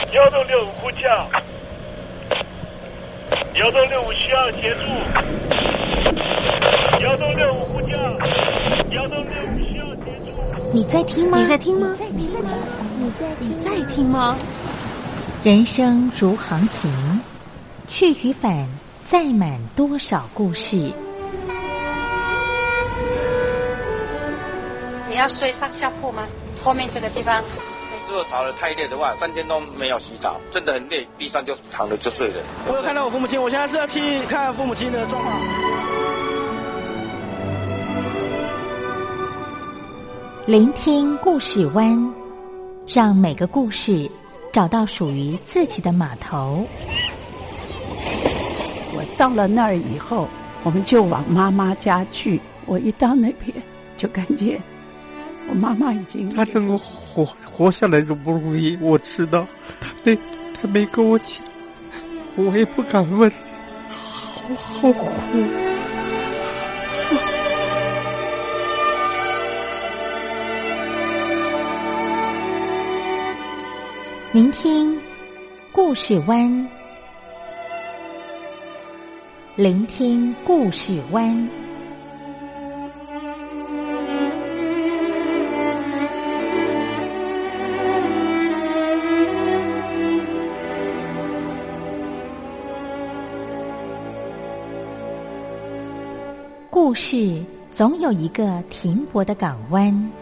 幺洞六五呼叫，幺洞六五需要协助，幺洞六五呼叫，幺洞六五需要协助。 你在听吗？ 你在听吗？ 你在听吗？ 人生如航行，去与返，载满多少故事。 你要睡上下铺吗？后面这个地方。 如果吵得太累的话，3天都没有洗澡，真的很累，地上就躺着就睡了。 我有看到我父母亲，我现在是要去看父母亲的状况。 聆听故事湾，让每个故事找到属于自己的码头。 我到了那儿以后，我们就往妈妈家去。我一到那边，就感觉我妈妈已经她能够活下来都不容易，我知道。她没跟我讲，我也不敢问，好苦。 聆听故事湾，聆听故事湾。故事总有一个停泊的港湾。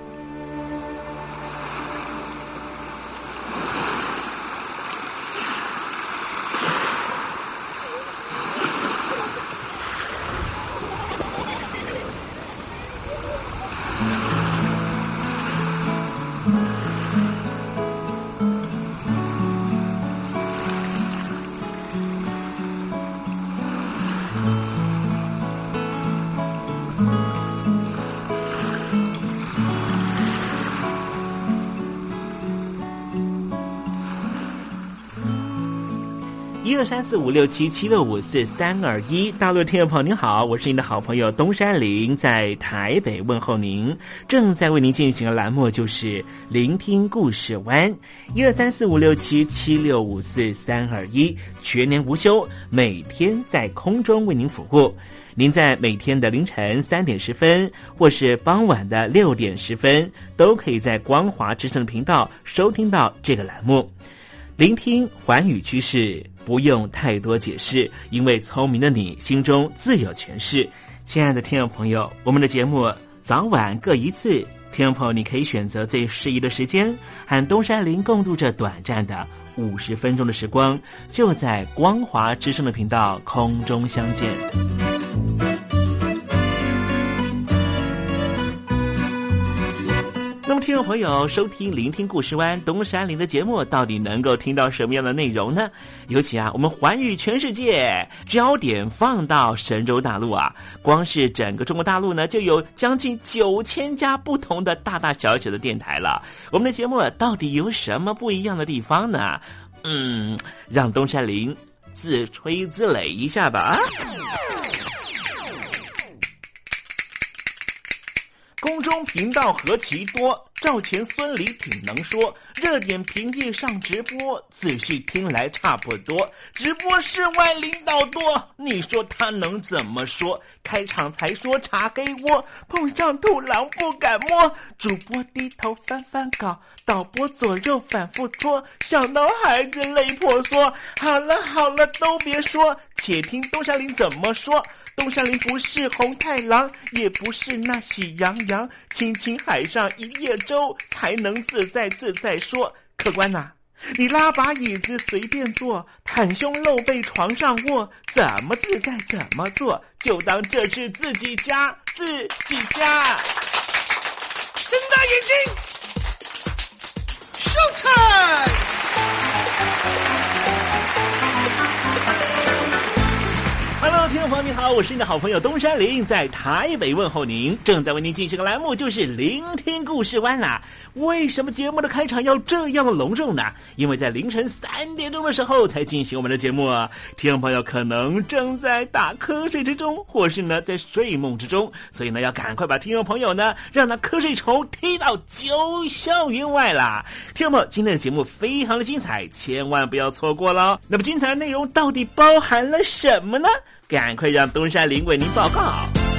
123456776543221，大陆的听众朋友您好，我是您的好朋友东山林，在台北问候您。正在为您进行的栏目就是聆听故事湾，123456776543221，全年无休，每天在空中为您服务。您在每天的凌晨3点10分，或是傍晚的6点10分，都可以在光华之声的频道收听到这个栏目。聆听寰宇趋势，不用太多解释，因为聪明的你心中自有诠释。亲爱的听众朋友，我们的节目早晚各一次，听众朋友你可以选择最适宜的时间，和东山林共度这短暂的50分钟的时光，就在光华之声的频道空中相见。那么听众朋友收听聆听故事湾东山林的节目，到底能够听到什么样的内容呢？尤其我们寰宇全世界，焦点放到神州大陆光是整个中国大陆呢，就有将近9000家不同的大大小小的电台了。我们的节目到底有什么不一样的地方呢？让东山林自吹自擂一下吧。空中频道何其多，赵钱孙李挺能说，热点平地上直播，仔细听来差不多。直播室外领导多，你说他能怎么说？开场才说茶黑窝，碰上土狼不敢摸。主播低头翻翻稿，导播左右反复搓，想到孩子泪婆娑。好了好了，都别说，且听东山林怎么说。东山林不是红太狼，也不是那喜羊羊，亲亲海上一叶舟，才能自在自在说。客官你拉把椅子随便坐，袒胸露背床上卧，怎么自在怎么做，就当这是自己家，自己家。睁大眼睛 ，Showtime！Hello， 听众众朋友您好，我是你的好朋友东山林，在台北问候您。正在为您进行的栏目就是聆听故事湾啦。为什么节目的开场要这样的隆重呢？因为在凌晨3点钟的时候才进行我们的节目啊。听众朋友可能正在打瞌睡之中，或是呢在睡梦之中，所以呢要赶快把听众朋友呢让那瞌睡虫踢到九霄云外啦。听众朋友，今天的节目非常的精彩，千万不要错过了。那么精彩的内容到底包含了什么呢？赶快让东山林为您报告。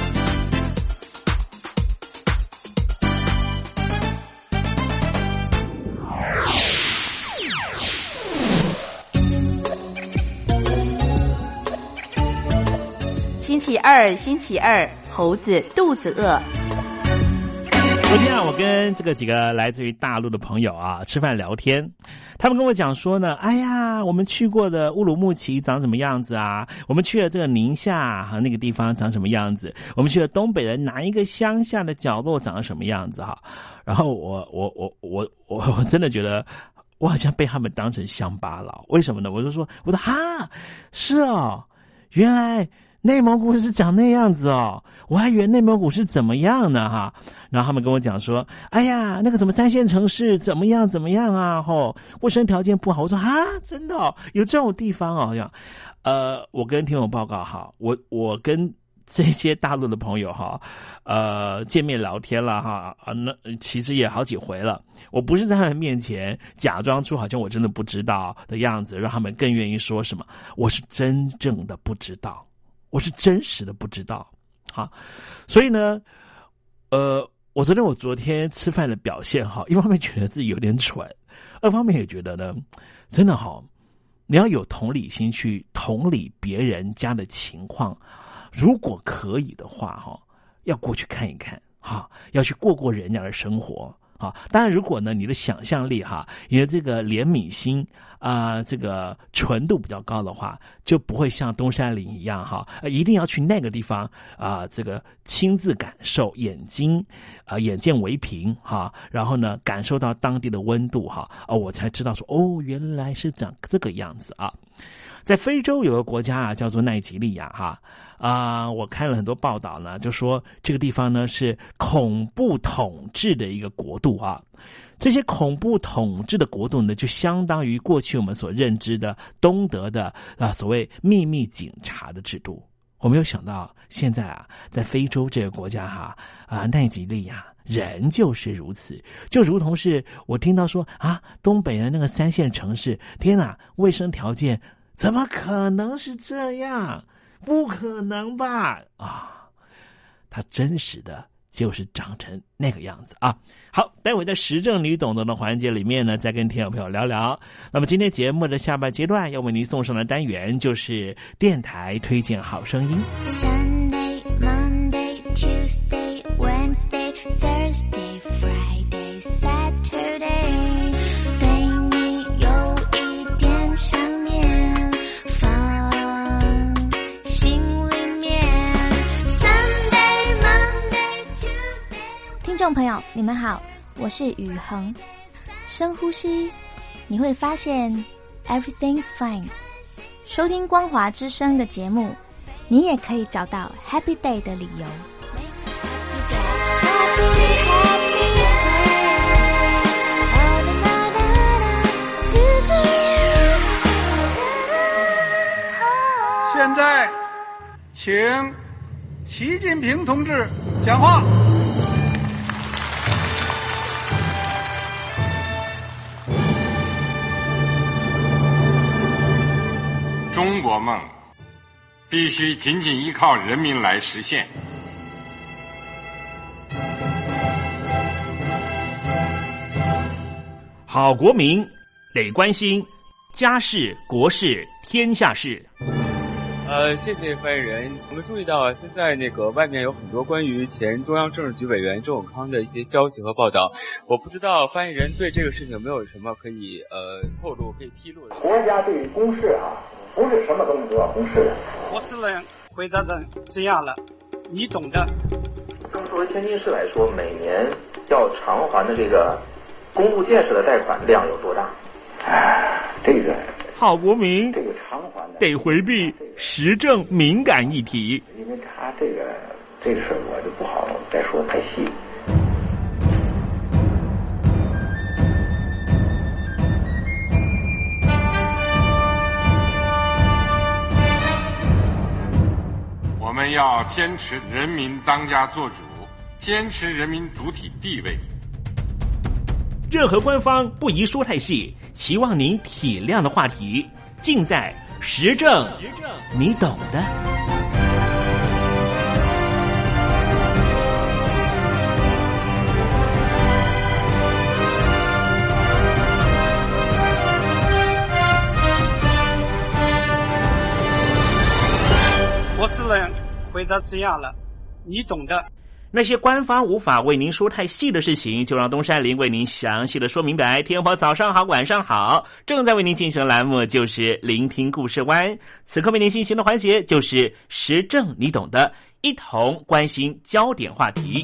星期二，猴子肚子饿。 昨天啊，我跟这个几个来自于大陆的朋友啊吃饭聊天，他们跟我讲说呢，哎呀，我们去过的乌鲁木齐长什么样子啊？我们去了这个宁夏哈那个地方长什么样子？我们去了东北的哪一个乡下的角落长什么样子哈？然后我真的觉得我好像被他们当成乡巴佬，为什么呢？我说哈，是哦，原来内蒙古是长那样子哦，我还以为内蒙古是怎么样呢哈。然后他们跟我讲说，哎呀，那个什么3线城市怎么样啊吼，卫生条件不好。我说哈，真的哦，有这种地方哦。我跟听友报告哈，我跟这些大陆的朋友哈，见面聊天了哈，那其实也好几回了。我不是在他们面前假装出好像我真的不知道的样子，让他们更愿意说什么。我是真正的不知道。我是真实的不知道，好，所以呢，我昨天吃饭的表现哈，一方面觉得自己有点蠢，二方面也觉得呢，真的哈，你要有同理心去同理别人家的情况，如果可以的话哈，要过去看一看哈，要去过人家的生活。好，当然，如果呢，你的想象力哈，你的这个怜悯心这个纯度比较高的话，就不会像东山林一样哈，一定要去那个地方这个亲自感受，眼见为凭哈，然后呢，感受到当地的温度哈，我才知道说哦，原来是长这个样子啊。在非洲有个国家啊，叫做奈及利亚哈。我看了很多报道呢，就说这个地方呢是恐怖统治的一个国度啊。这些恐怖统治的国度呢，就相当于过去我们所认知的东德的所谓秘密警察的制度。我没有想到现在啊，在非洲这个国家奈及利亚仍旧如此，就如同是我听到说东北的那个3线城市，天哪，卫生条件怎么可能是这样？不可能吧？它真实的就是长成那个样子啊！好，待会在时政你懂得的环节里面呢，再跟听众朋友聊聊。那么今天节目的下半阶段要为您送上的单元就是电台推荐好声音。 Sunday, Monday, Tuesday, Wednesday, Thursday, Friday, Saturday， 对你有一点想念，放心里面。Sunday, Monday, Tuesday。 听众朋友，你们好，我是雨恒。深呼吸，你会发现 everything's fine。收听光华之声的节目，你也可以找到 Happy Day 的理由。 现在，请习近平同志讲话。 中国梦必须紧紧依靠人民来实现。 好国民得关心家事、国事、天下事。 谢谢发言人。我们注意到现在外面有很多关于前中央政治局委员周永康的一些消息和报道。我不知道发言人对这个事情有没有什么可以透露、可以披露的。 国家对于公事不是什么东西都要公示的。 我只能回答成这样了，你懂的。 作为天津市来说，每年要偿还的这个公路建设的贷款量有多大？这个好国民这个偿还得回避时政敏感议题。 因为他这个事我就不好再说太细。 我们要坚持人民当家作主，坚持人民主体地位。 任何官方不宜说太细，期望您体谅的话题，尽在时政，你懂的。 我只能回答这样了，你懂的。 那些官方无法为您说太细的事情，就让东山林为您详细的说明白。天婆早上好，晚上好，正在为您进行的栏目就是聆听故事湾，此刻为您进行的环节就是时政你懂的，一同关心焦点话题。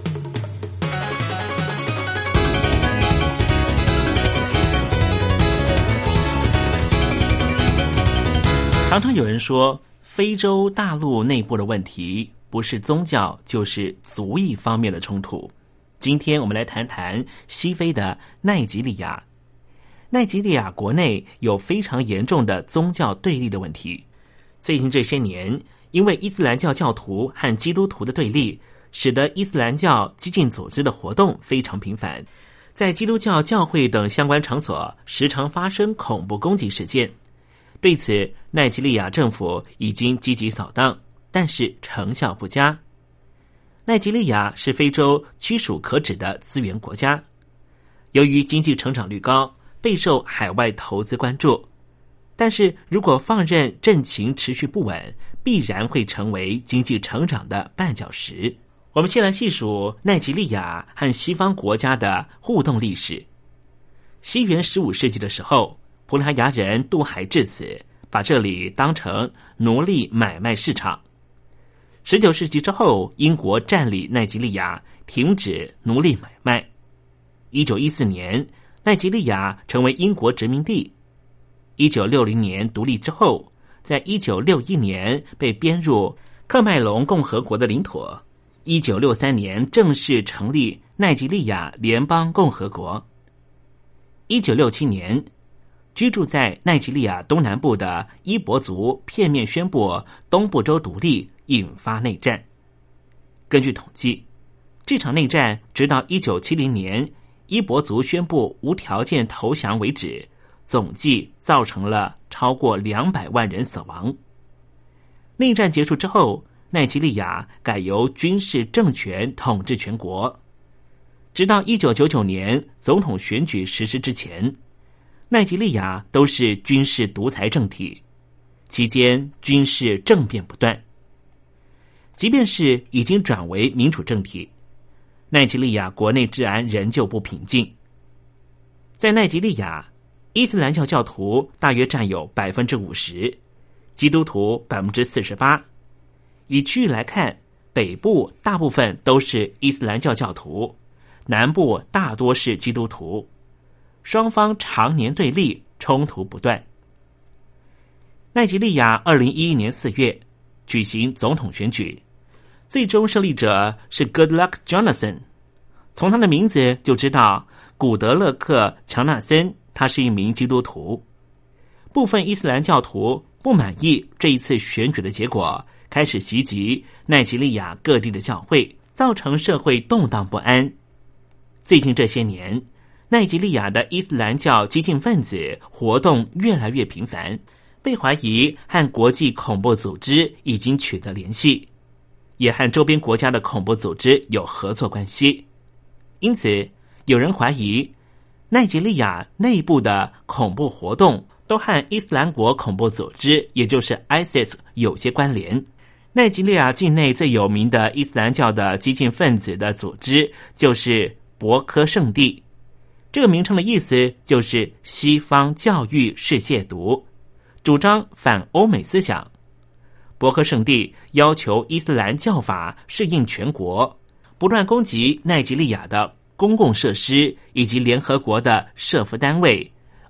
常常有人说非洲大陆内部的问题不是宗教就是族裔方面的冲突。今天我们来谈谈西非的奈及利亚。奈及利亚国内有非常严重的宗教对立的问题。最近这些年，因为伊斯兰教教徒和基督徒的对立，使得伊斯兰教激进组织的活动非常频繁，在基督教教会等相关场所时常发生恐怖攻击事件。对此，奈及利亚政府已经积极扫荡，但是成效不佳。奈及利亚是非洲屈指可数的资源国家，由于经济成长率高，备受海外投资关注。但是如果放任政情持续不稳，必然会成为经济成长的绊脚石。我们先来细数奈及利亚和西方国家的互动历史。西元15世纪的时候，葡萄牙人渡海至此，把这里当成奴隶买卖市场。19世纪之后，英国占领奈及利亚，停止奴隶买卖。1914年，奈及利亚成为英国殖民地。1960年独立之后，在1961年被编入喀麦隆共和国的领土。1963年正式成立奈及利亚联邦共和国。1967年，居住在奈及利亚东南部的伊博族片面宣布东部州独立，引发内战。根据统计，这场内战直到1970年伊博族宣布无条件投降为止，总计造成了超过200万人死亡。内战结束之后，奈及利亚改由军事政权统治全国，直到1999年总统选举实施之前，奈及利亚都是军事独裁政体，期间军事政变不断。即便是已经转为民主政体，奈及利亚国内治安仍旧不平静。在奈及利亚，伊斯兰教教徒大约占有 50%， 基督徒 48%。 以区域来看，北部大部分都是伊斯兰教教徒，南部大多是基督徒，双方常年对立，冲突不断。奈及利亚2011年4月举行总统选举，最终胜利者是 Goodluck Jonathan。 从他的名字就知道古德勒克·乔纳森他是一名基督徒。部分伊斯兰教徒不满意这一次选举的结果，开始袭击奈及利亚各地的教会，造成社会动荡不安。最近这些年，奈及利亚的伊斯兰教激进分子活动越来越频繁，被怀疑和国际恐怖组织已经取得联系，也和周边国家的恐怖组织有合作关系。因此，有人怀疑奈及利亚内部的恐怖活动都和伊斯兰国恐怖组织，也就是 ISIS 有些关联。奈及利亚境内最有名的伊斯兰教的激进分子的组织就是博科圣地，这个名称的意思就是西方教育是亵渎，主张反欧美思想。博科圣地要求伊斯兰教法适应全国，不断攻击奈及利亚的公共设施以及联合国的社福单位、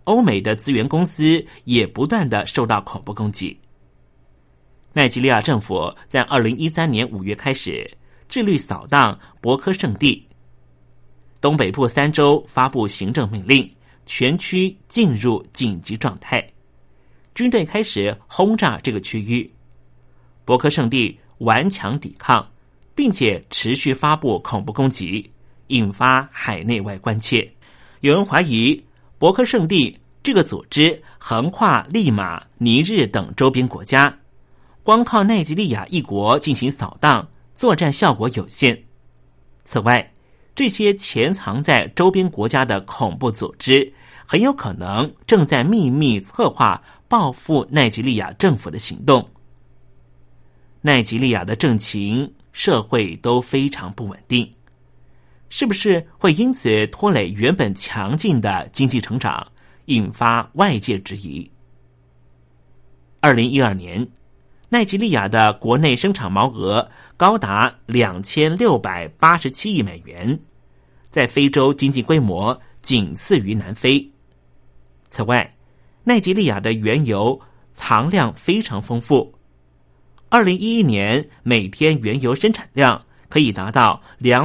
欧美的资源公司也不断的受到恐怖攻击。奈及利亚政府在2013年5月开始致力扫荡博科圣地，东北部3州发布行政命令，全区进入紧急状态，军队开始轰炸这个区域。博科圣地顽强抵抗，并且持续发布恐怖攻击，引发海内外关切。有人怀疑博科圣地这个组织横跨利马、尼日等周边国家，光靠奈及利亚一国进行扫荡，作战效果有限。此外，这些潜藏在周边国家的恐怖组织很有可能正在秘密策划报复奈及利亚政府的行动。奈及利亚的政情、社会都非常不稳定，是不是会因此拖累原本强劲的经济成长，引发外界质疑。2012年，奈及利亚的国内生产毛额高达2687亿美元，在非洲经济规模仅次于南非。此外，奈及利亚的原油藏量非常丰富，2011年每天原油生产量可以达到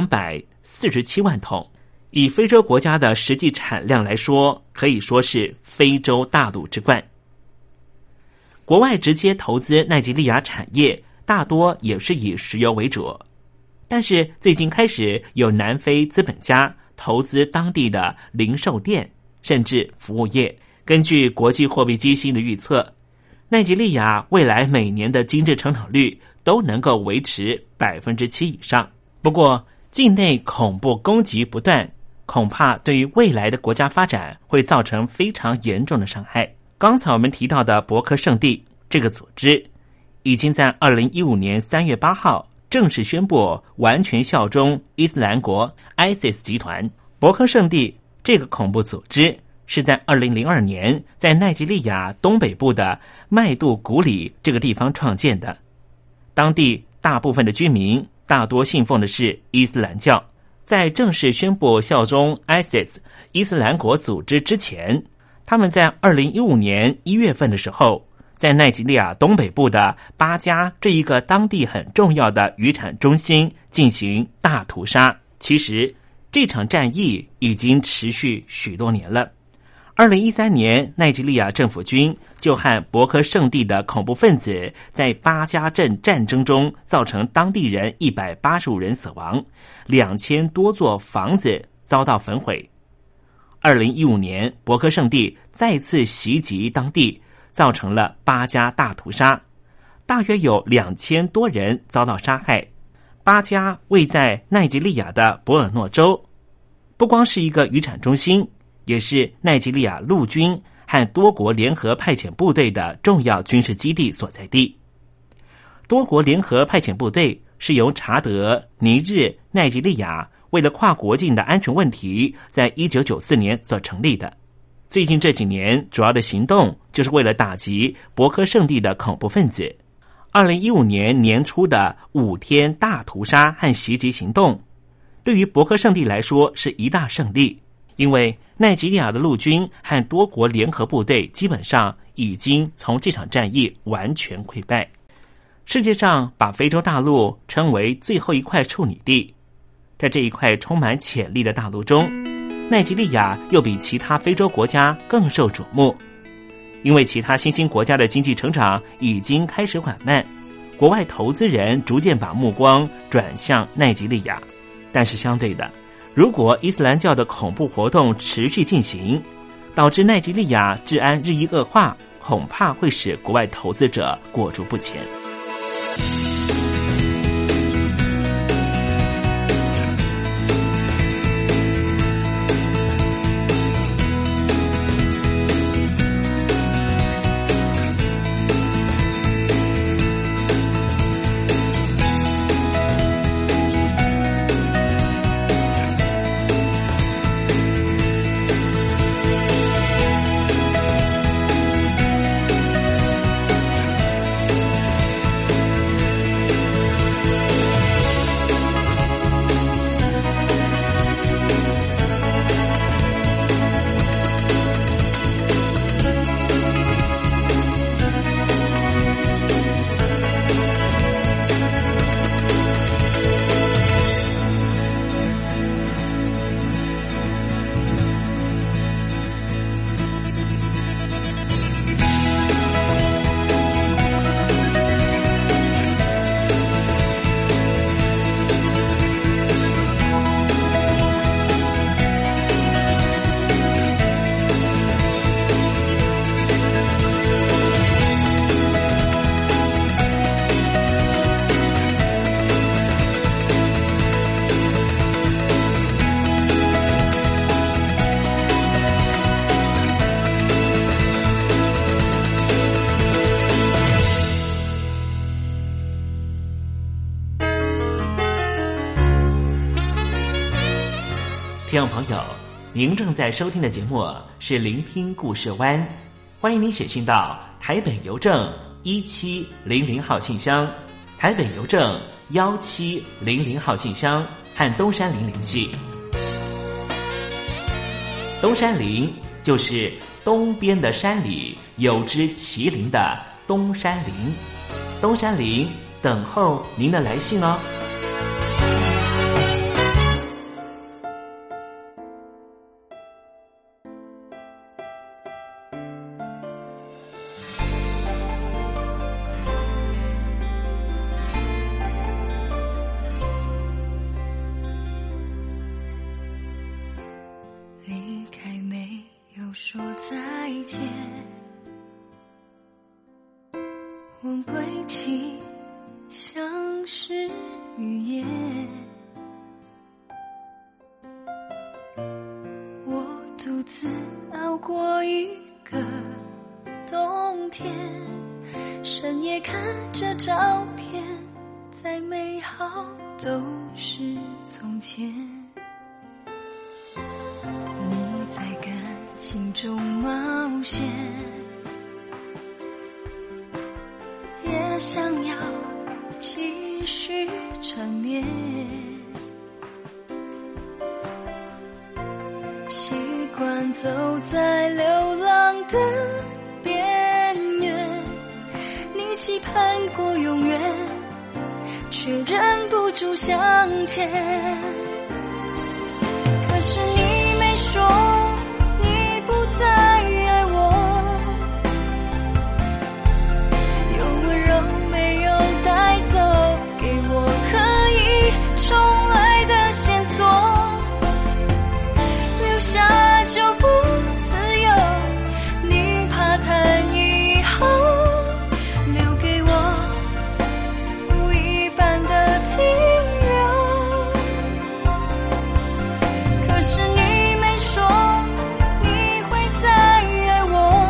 247万桶，以非洲国家的实际产量来说，可以说是非洲大陆之冠。国外直接投资奈及利亚产业大多也是以石油为主，但是最近开始有南非资本家投资当地的零售店甚至服务业。根据国际货币基金的预测，奈及利亚未来每年的经济成长率都能够维持7%以上。不过境内恐怖攻击不断，恐怕对于未来的国家发展会造成非常严重的伤害。刚才我们提到的博科圣地这个组织已经在2015年3月8号正式宣布完全效忠伊斯兰国 ISIS 集团。博科圣地这个恐怖组织是在2002年在奈及利亚东北部的麦杜古里这个地方创建的。当地大部分的居民大多信奉的是伊斯兰教。在正式宣布效忠 ISIS 伊斯兰国组织之前，他们在2015年1月份的时候，在奈及利亚东北部的巴加这一个当地很重要的渔产中心进行大屠杀。其实这场战役已经持续许多年了。2013年，奈及利亚政府军就和博科圣地的恐怖分子在巴加镇战争中造成当地人185人死亡，2000多座房子遭到焚毁。2015年，博科圣地再次袭击当地，造成了巴加大屠杀，大约有2000多人遭到杀害。巴加位在奈及利亚的博尔诺州，不光是一个渔产中心，也是奈及利亚陆军和多国联合派遣部队的重要军事基地所在地。多国联合派遣部队是由查德、尼日、奈及利亚为了跨国境的安全问题，在1994年所成立的。最近这几年主要的行动就是为了打击博科圣地的恐怖分子。2015年年初的5天大屠杀和袭击行动，对于博科圣地来说是一大胜利，因为奈及利亚的陆军和多国联合部队基本上已经从这场战役完全溃败。世界上把非洲大陆称为最后一块处女地，在这一块充满潜力的大陆中，奈及利亚又比其他非洲国家更受瞩目。因为其他新兴国家的经济成长已经开始缓慢，国外投资人逐渐把目光转向奈及利亚。但是相对的，如果伊斯兰教的恐怖活动持续进行，导致奈及利亚治安日益恶化，恐怕会使国外投资者裹足不前。 听众朋友，您正在收听的节目是聆听故事湾，欢迎您写信到台北邮政1700号信箱，台北邮政1700号信箱，和东山林联系。东山林就是东边的山里有只麒麟的东山林，东山林等候您的来信哦。 离开没有说再见，问归期像是语言，我独自熬过一个冬天，深夜看着照片，再美好都是从前。你在感情中冒险，也想要继续缠绵，习惯走在流浪的边缘，你期盼过永远，却忍不住向前。可是你没说你不再爱我，有温柔没有带走给我可以重来的线索，留下就不自由，你怕谈以后留给我不一般的停留。可是你没说你会再爱我，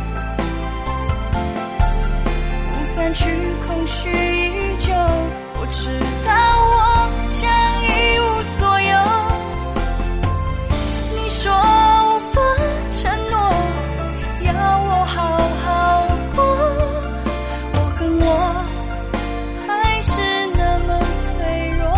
不散去空虚依旧，我知道我将一无所有。你说无法承诺，要我好好过，我恨我还是那么脆弱。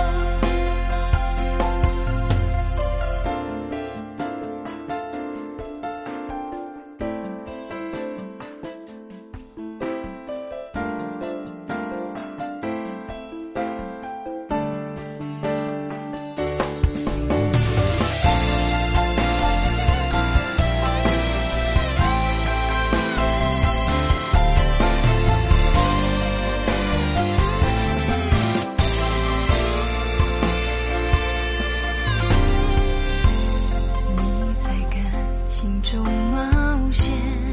你在感情中冒险，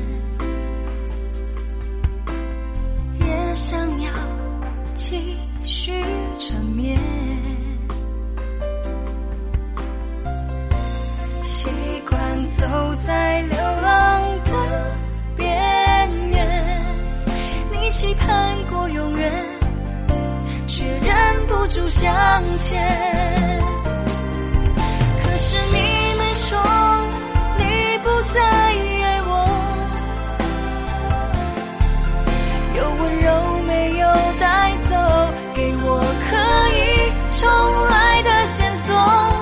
也想要继续缠绵，习惯走在流浪的边缘，你期盼过永远，却忍不住向前。可是你没说你不再爱我，有温柔没有带走给我可以重来的线索，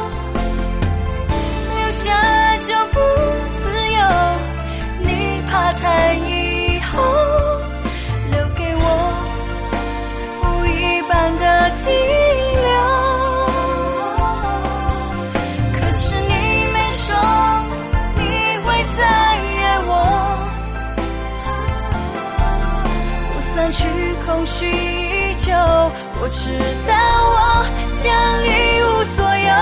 留下就不自由，你怕谈以后留给我不一般的停留。可是你没说你会再爱我，不散去空虚依旧，我知道我将一无所有。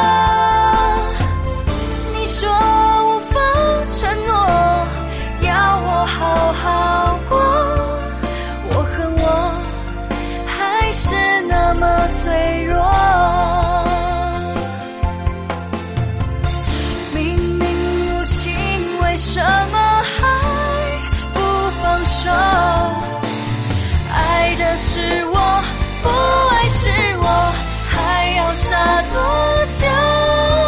你说无法承诺，要我好好过，我恨我还是那么脆弱。明明如情，为什么还不放手？爱的是我，不爱是我，还要傻多久？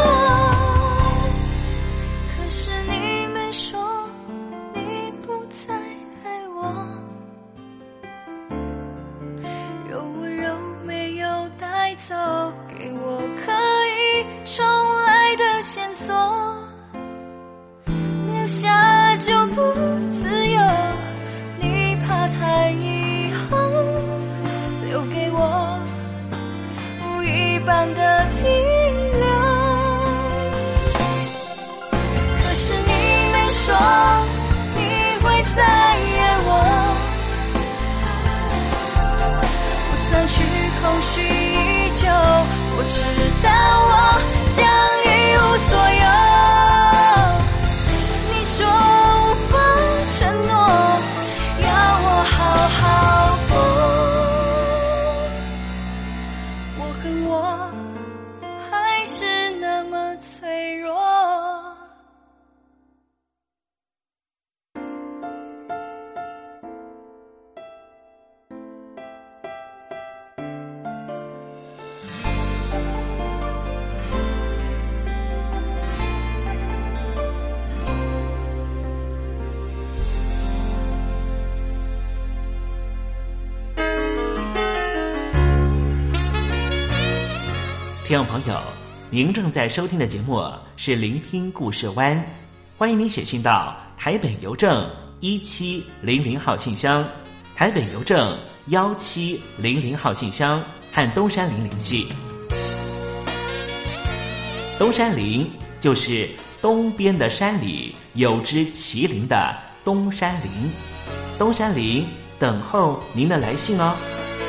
时的我将一无所有。你说无法承诺，要我好好过。我恨我还是那么脆弱。 听众朋友，您正在收听的节目是聆听故事湾，欢迎您写信到台北邮政1700号信箱，台北邮政1700号信箱和东山林联系。东山林就是东边的山里有只麒麟的东山林，东山林等候您的来信哦。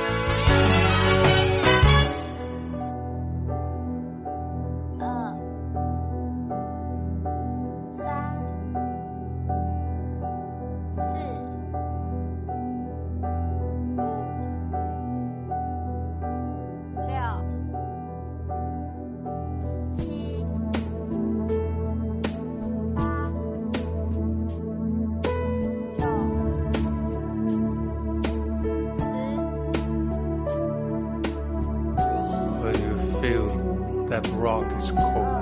That rock is cold.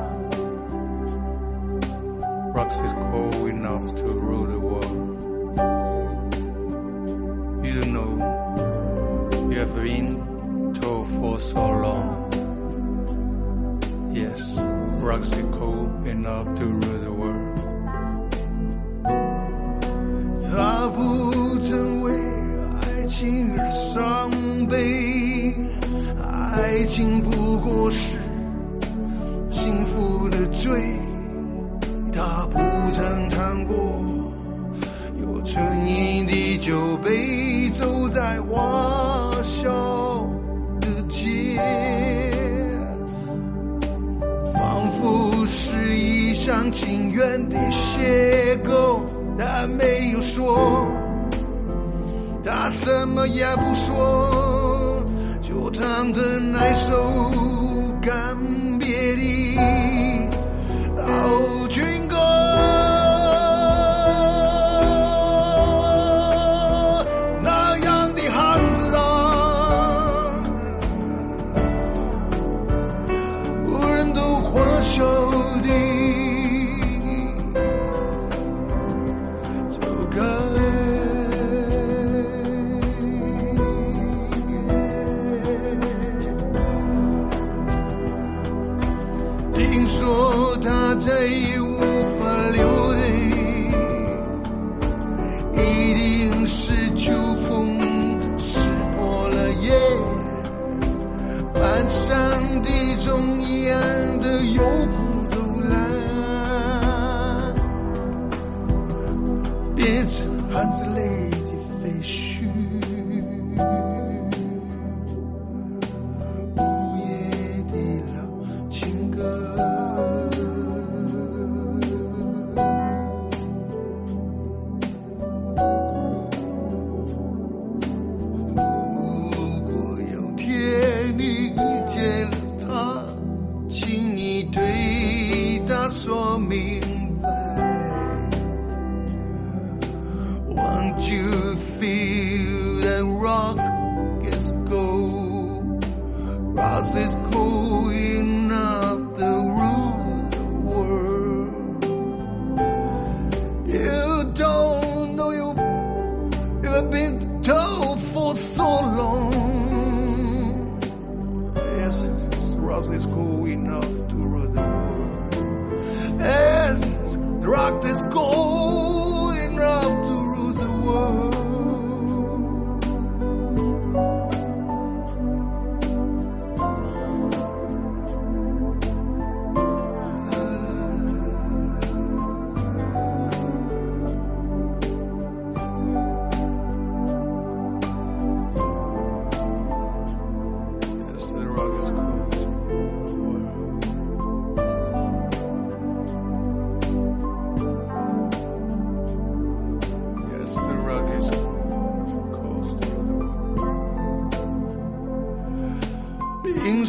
Rocks is cold enough to rule the world. You know, you have been told for so long. Yes, rocks is cold enough to rule the world. 它不曾为爱情而伤悲，爱情不过是幸福的罪，他不曾尝过有唇印的酒杯，走在花笑的街，仿佛是一厢情愿的邂逅。他没有说，他什么也不说，就唱着那首干别的老军歌。那样的汉子啊，无人都欢笑的走开。听说他再也无法流泪，一定是秋风识破了夜，满山的钟一样的又不走来，变成汉子泪的废墟。说明白 Won't you feel that rock is cold, Rock is cold enough to rule the world. You don't know you've been told for so long. Yes, rock is cold enough to rule the world.Yes, the rock is cold enough to rule the world. Yes, the rock is cold.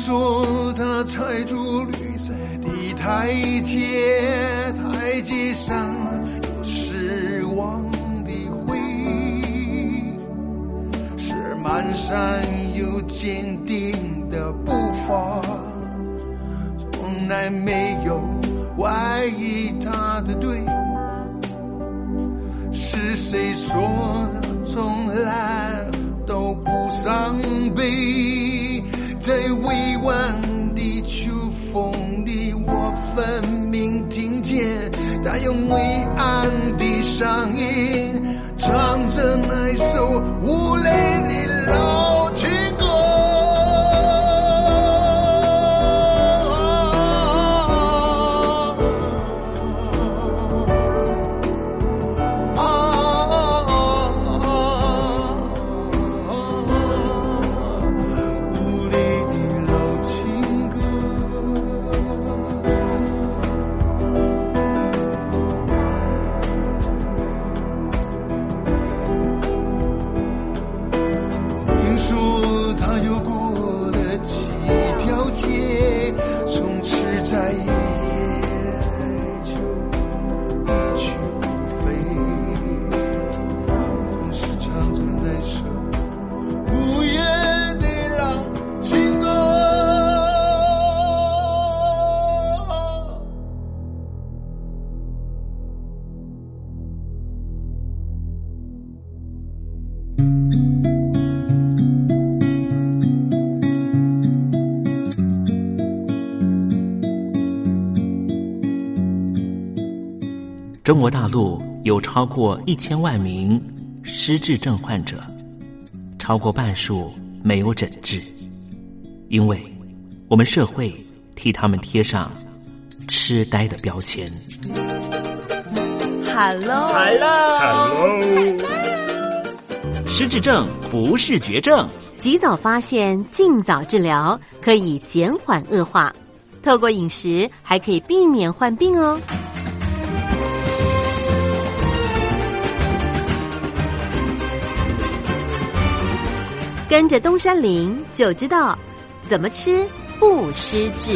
说他踩住绿色的台阶，台阶上有失望的回忆，是蹒跚又坚定的步伐，从来没有怀疑他的对。是谁说从来都不伤悲？在委婉的秋风里，我分明听见他用伟岸的嗓音唱着那首无泪的老情歌。 中国大陆有超过1000万名失智症患者，超过半数没有诊治，因为我们社会替他们贴上痴呆的标签。 Hello， 失智症不是绝症， 及早发现，尽早治疗，可以减缓恶化。透过饮食，还可以避免患病哦。跟着东山林就知道怎么吃不失智。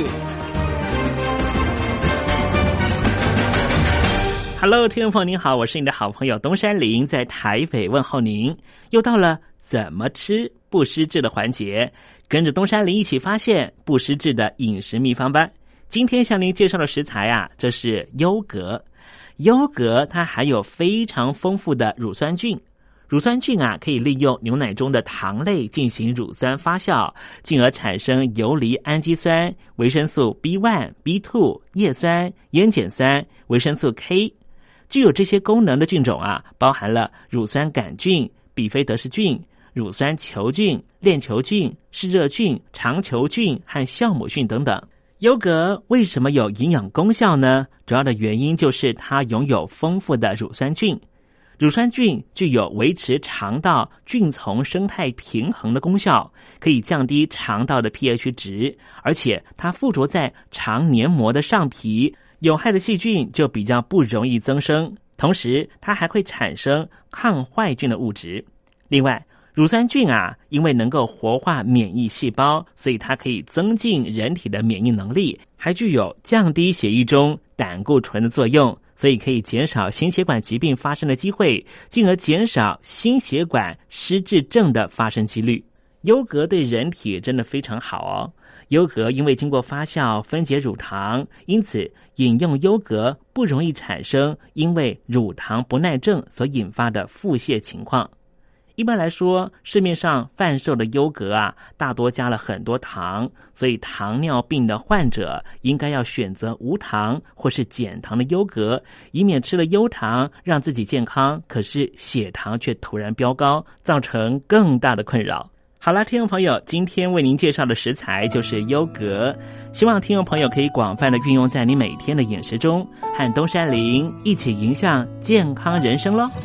Hello， 听众朋友您好，我是你的好朋友东山林，在台北问候您。又到了怎么吃不失智的环节，跟着东山林一起发现不失智的饮食秘方吧。今天向您介绍的食材啊，这是优格。优格它含有非常丰富的乳酸菌。乳酸菌啊，可以利用牛奶中的糖类进行乳酸发酵，进而产生游离氨基酸、维生素 B1、B2、叶酸、烟碱酸、维生素 K。具有这些功能的菌种啊，包含了乳酸杆菌、比菲德氏菌、乳酸球菌、链球菌、嗜热菌、肠球菌和酵母菌等等。优格为什么有营养功效呢？主要的原因就是它拥有丰富的乳酸菌。乳酸菌具有维持肠道菌丛生态平衡的功效，可以降低肠道的 pH 值，而且它附着在肠黏膜的上皮，有害的细菌就比较不容易增生，同时它还会产生抗坏菌的物质。另外，乳酸菌啊，因为能够活化免疫细胞，所以它可以增进人体的免疫能力，还具有降低血液中胆固醇的作用，所以可以减少心血管疾病发生的机会，进而减少心血管失智症的发生几率。优格对人体真的非常好哦。优格因为经过发酵分解乳糖，因此饮用优格不容易产生因为乳糖不耐症所引发的腹泻情况。一般来说，市面上贩售的优格啊，大多加了很多糖，所以糖尿病的患者应该要选择无糖或是减糖的优格，以免吃了优糖让自己健康，可是血糖却突然飙高，造成更大的困扰。好啦，听众朋友，今天为您介绍的食材就是优格，希望听众朋友可以广泛的运用在你每天的饮食中，和东山林一起迎向健康人生咯。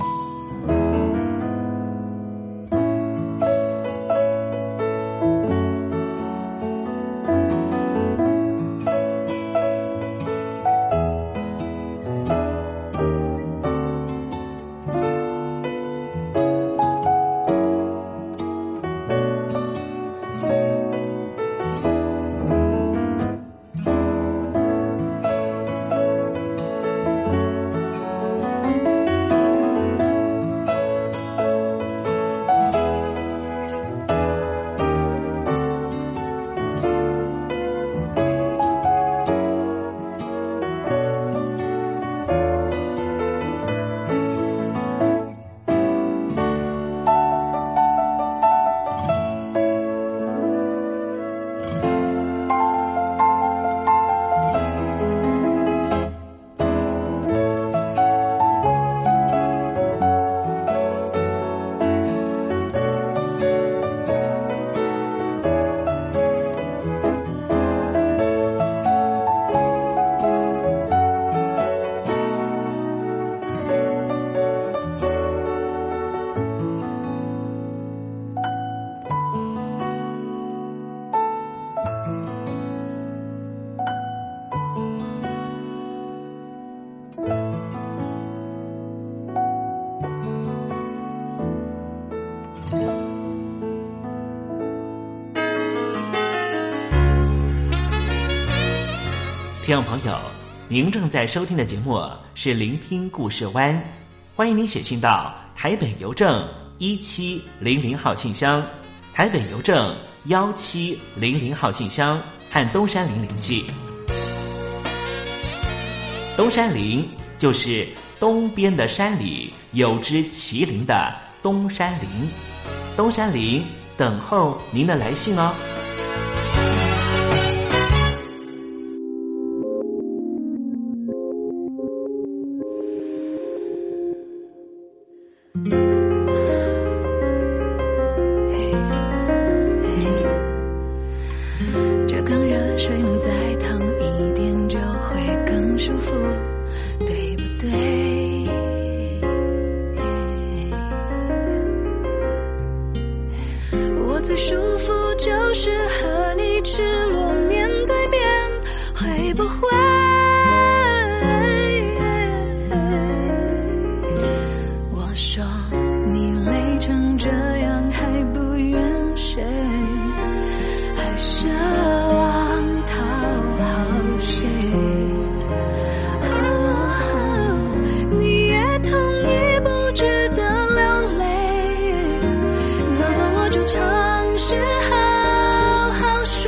听众朋友，您正在收听的节目是聆听故事湾，欢迎您写信到台北邮政1700号信箱，台北邮政1700号信箱，和东山林联系。东山林就是东边的山里有只麒麟的东山林，东山林等候您的来信哦。 这缸热水用再烫一点就会更舒服，对不对？我最舒服就是和你赤裸面对面，会不会我说你累成这样还不怨谁，还奢望讨好谁？你也同意不值得流泪，那么我就尝试好好睡，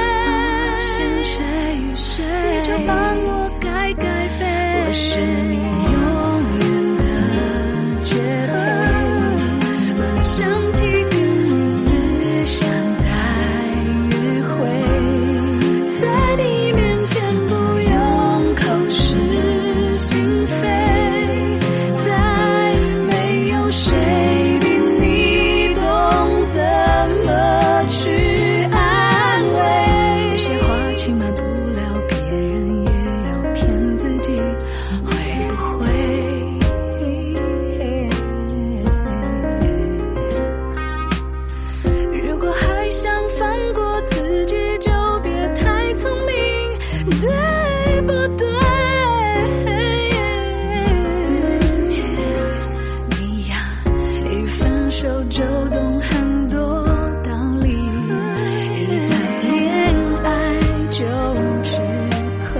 你就帮我改背，我是你永远的绝配，我的身体跟思想在约会，在你面前不用口是心非，再没有谁比你懂怎么去安慰，有些话情瞒不了别人，也要骗自己，会不会如果还想放过自己，就别太聪明，对不对？你呀，一分手就懂很多道理，一谈恋爱就吃亏。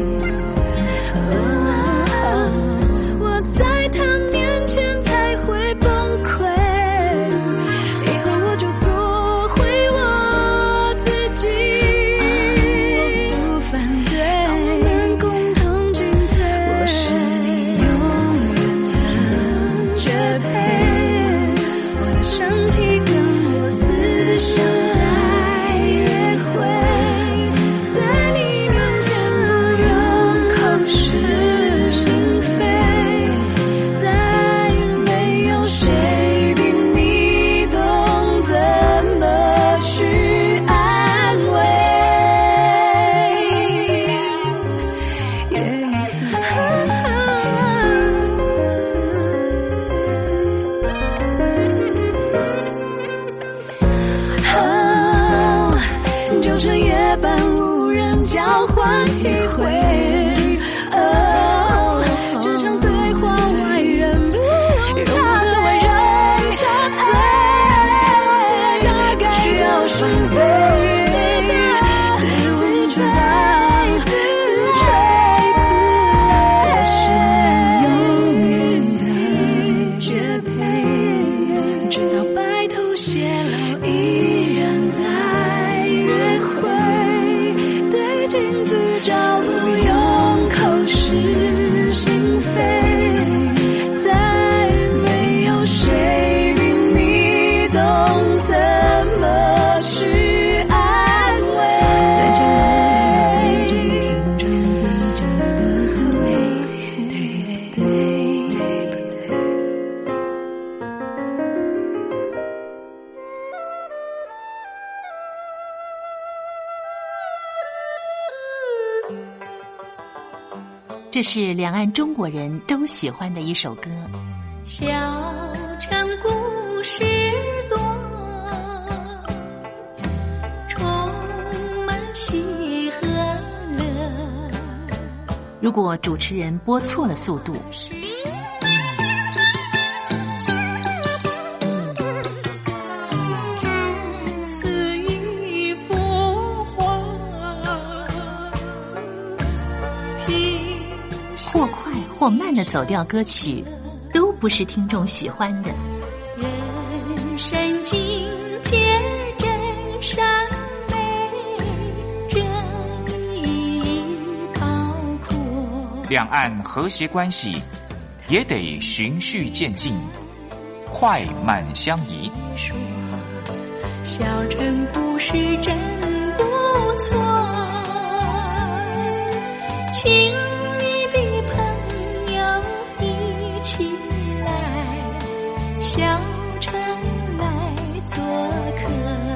我在他面前才会崩溃，以后我就做回我自己。我不反对，让我们共同进退。我是你永远的绝配，我的身体跟我思想在约会，在你面前不用口是心非，再没有谁比你懂怎么去安慰。就这夜半无人交换体会，这场对话外人不用插嘴，大概就是自吹自擂，我是你永远的绝配，直到白头偕老依然在约会，对镜子照不用口是心非，再没有谁比你懂怎么去安慰，再见我自己品尝自己的滋味，对不对？ 这是两岸中国人都喜欢的一首歌。 小城故事多，充满喜和乐。 如果主持人播错了速度， 看似一幅画， 或慢的走调歌曲，都不是听众喜欢的。 人生境界真善美，真理高阔。 两岸和谐关系也得循序渐进，快慢相宜。 说小城故事真不错，请你的朋友一起来小城来做客。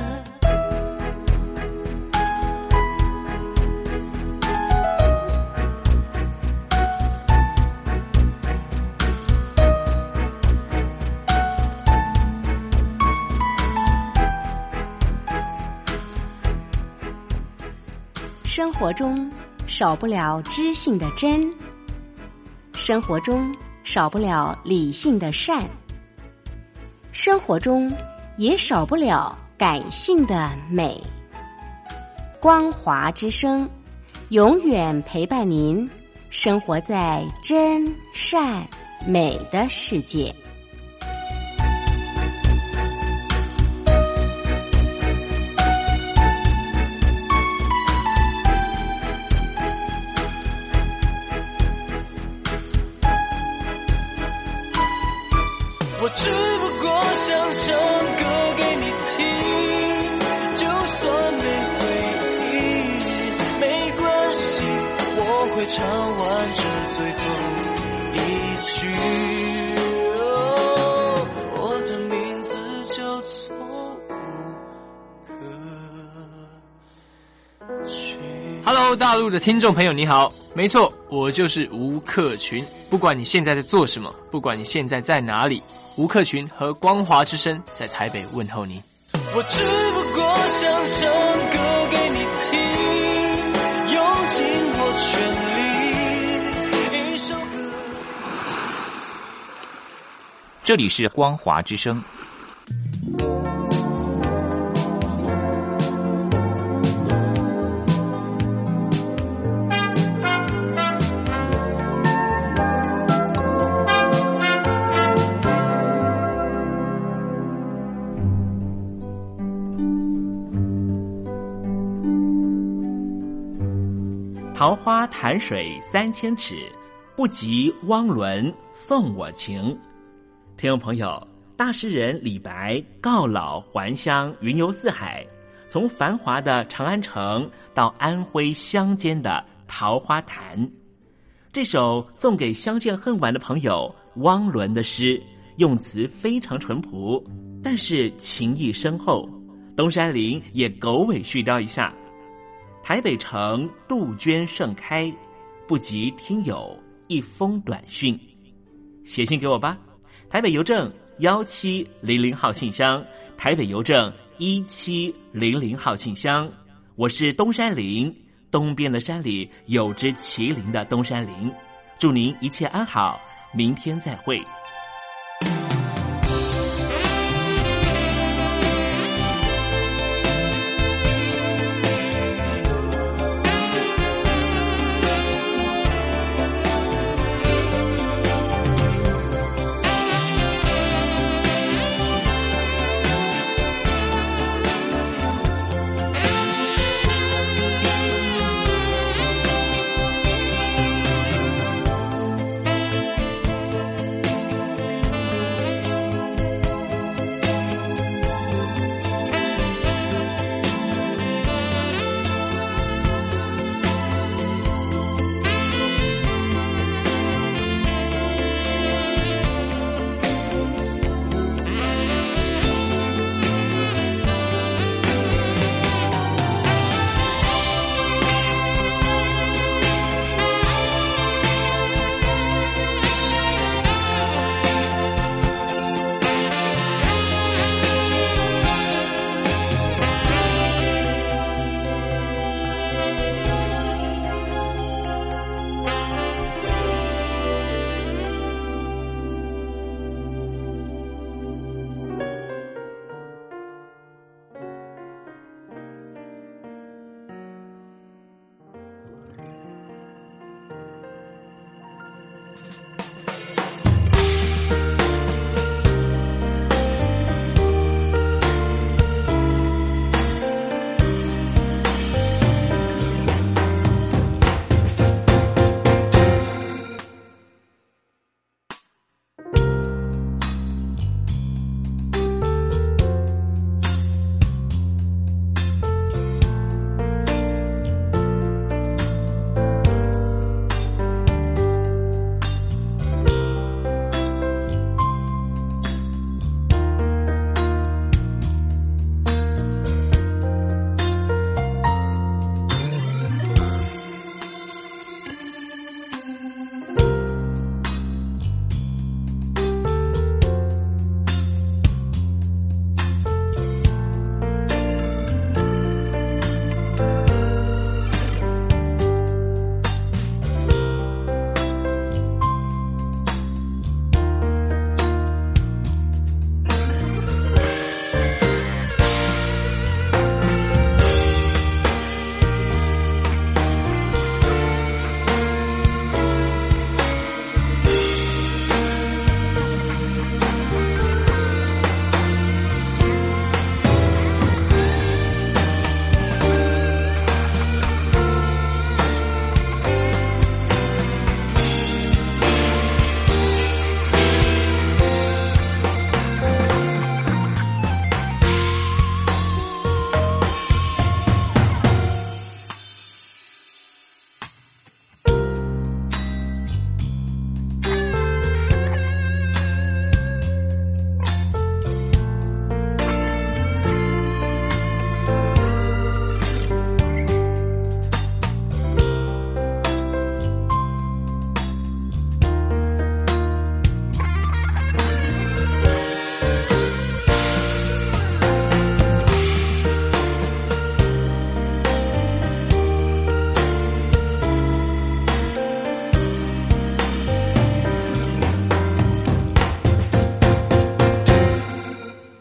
生活中少不了知性的真，生活中少不了理性的善，生活中也少不了感性的美。光华之声永远陪伴您，生活在真善美的世界。 我只不过想唱歌给你听，就算没回应没关系，我会唱完这最后一句。我的名字叫做吴克群。Hello， 大陆的听众朋友你好，没错，我就是吴克群。不管你现在在做什么，不管你现在在哪里，吴克群和光华之声在台北问候你。我只不过想唱歌给你听，用尽我全力，一首歌。 这里是光华之声。 桃花潭水3000尺，不及汪伦送我情。听众朋友，大诗人李白告老还乡，云游四海，从繁华的长安城到安徽乡间的桃花潭。这首送给相见恨晚的朋友汪伦的诗，用词非常淳朴，但是情意深厚。东山林也狗尾续貂一下。台北城杜鹃盛开，不及听友一封短讯。写信给我吧，台北邮政1700号信箱，台北邮政1700号信箱。我是东山林，东边的山里有只麒麟的东山林。祝您一切安好，明天再会。